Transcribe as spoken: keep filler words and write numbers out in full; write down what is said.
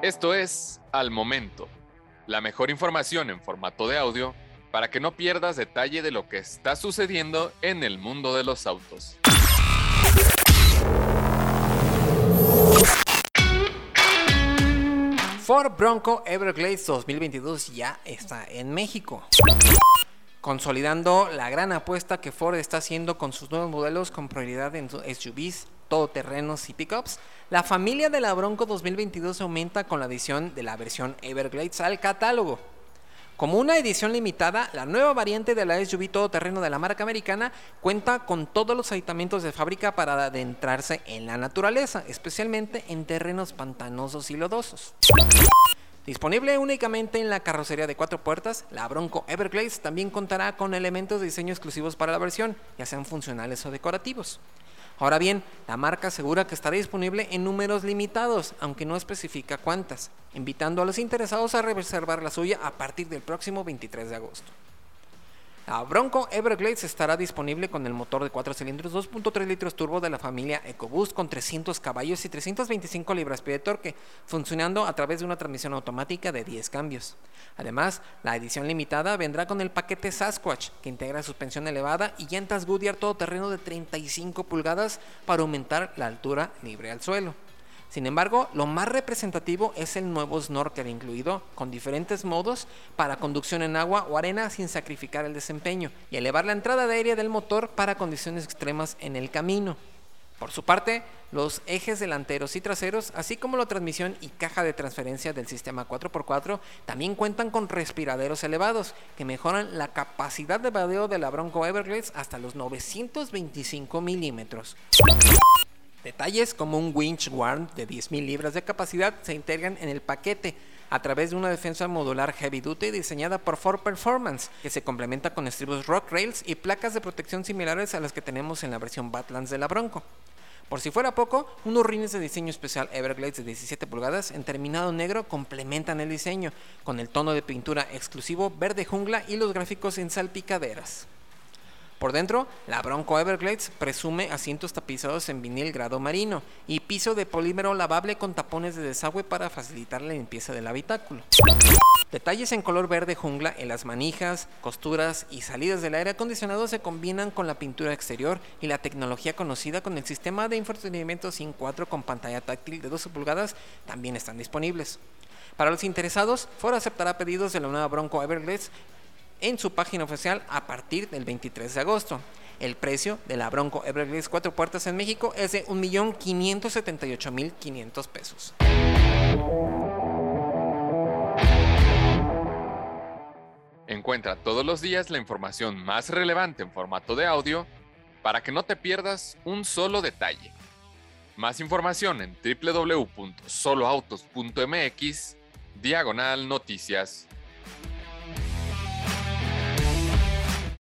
Esto es Al Momento, la mejor información en formato de audio para que no pierdas detalle de lo que está sucediendo en el mundo de los autos. Ford Bronco Everglades dos mil veintidós ya está en México, consolidando la gran apuesta que Ford está haciendo con sus nuevos modelos con prioridad en S U Vs, todoterrenos y pickups. La familia de la Bronco dos mil veintidós aumenta con la adición de la versión Everglades al catálogo. Como una edición limitada, la nueva variante de la S U V todoterreno de la marca americana cuenta con todos los aditamentos de fábrica para adentrarse en la naturaleza, especialmente en terrenos pantanosos y lodosos. Disponible únicamente en la carrocería de cuatro puertas, la Bronco Everglades también contará con elementos de diseño exclusivos para la versión, ya sean funcionales o decorativos. Ahora bien, la marca asegura que estará disponible en números limitados, aunque no especifica cuántas, invitando a los interesados a reservar la suya a partir del próximo veintitrés de agosto. La Bronco Everglades estará disponible con el motor de cuatro cilindros dos punto tres litros turbo de la familia EcoBoost con trescientos caballos y trescientos veinticinco libras-pie de torque, funcionando a través de una transmisión automática de diez cambios. Además, la edición limitada vendrá con el paquete Sasquatch, que integra suspensión elevada y llantas Goodyear todoterreno de treinta y cinco pulgadas para aumentar la altura libre al suelo. Sin embargo, lo más representativo es el nuevo snorkel incluido, con diferentes modos para conducción en agua o arena sin sacrificar el desempeño, y elevar la entrada de aire del motor para condiciones extremas en el camino. Por su parte, los ejes delanteros y traseros, así como la transmisión y caja de transferencia del sistema cuatro por cuatro, también cuentan con respiraderos elevados que mejoran la capacidad de vadeo de la Bronco Everglades hasta los novecientos veinticinco milímetros. Detalles como un winch Warm de diez mil libras de capacidad se integran en el paquete a través de una defensa modular Heavy Duty diseñada por Ford Performance, que se complementa con estribos Rock Rails y placas de protección similares a las que tenemos en la versión Badlands de la Bronco. Por si fuera poco, unos rines de diseño especial Everglades de diecisiete pulgadas en terminado negro complementan el diseño, con el tono de pintura exclusivo verde jungla y los gráficos en salpicaderas. Por dentro, la Bronco Everglades presume asientos tapizados en vinil grado marino y piso de polímero lavable con tapones de desagüe para facilitar la limpieza del habitáculo. Detalles en color verde jungla en las manijas, costuras y salidas del aire acondicionado se combinan con la pintura exterior y la tecnología conocida con el sistema de infoentretenimiento SYNC cuatro con pantalla táctil de doce pulgadas también están disponibles. Para los interesados, Ford aceptará pedidos de la nueva Bronco Everglades en su página oficial a partir del veintitrés de agosto. El precio de la Bronco Everglades cuatro puertas en México es de un millón quinientos setenta y ocho mil quinientos pesos. Encuentra todos los días la información más relevante en formato de audio para que no te pierdas un solo detalle. Más información en doble u doble u doble u punto solo autos punto m x diagonal noticias.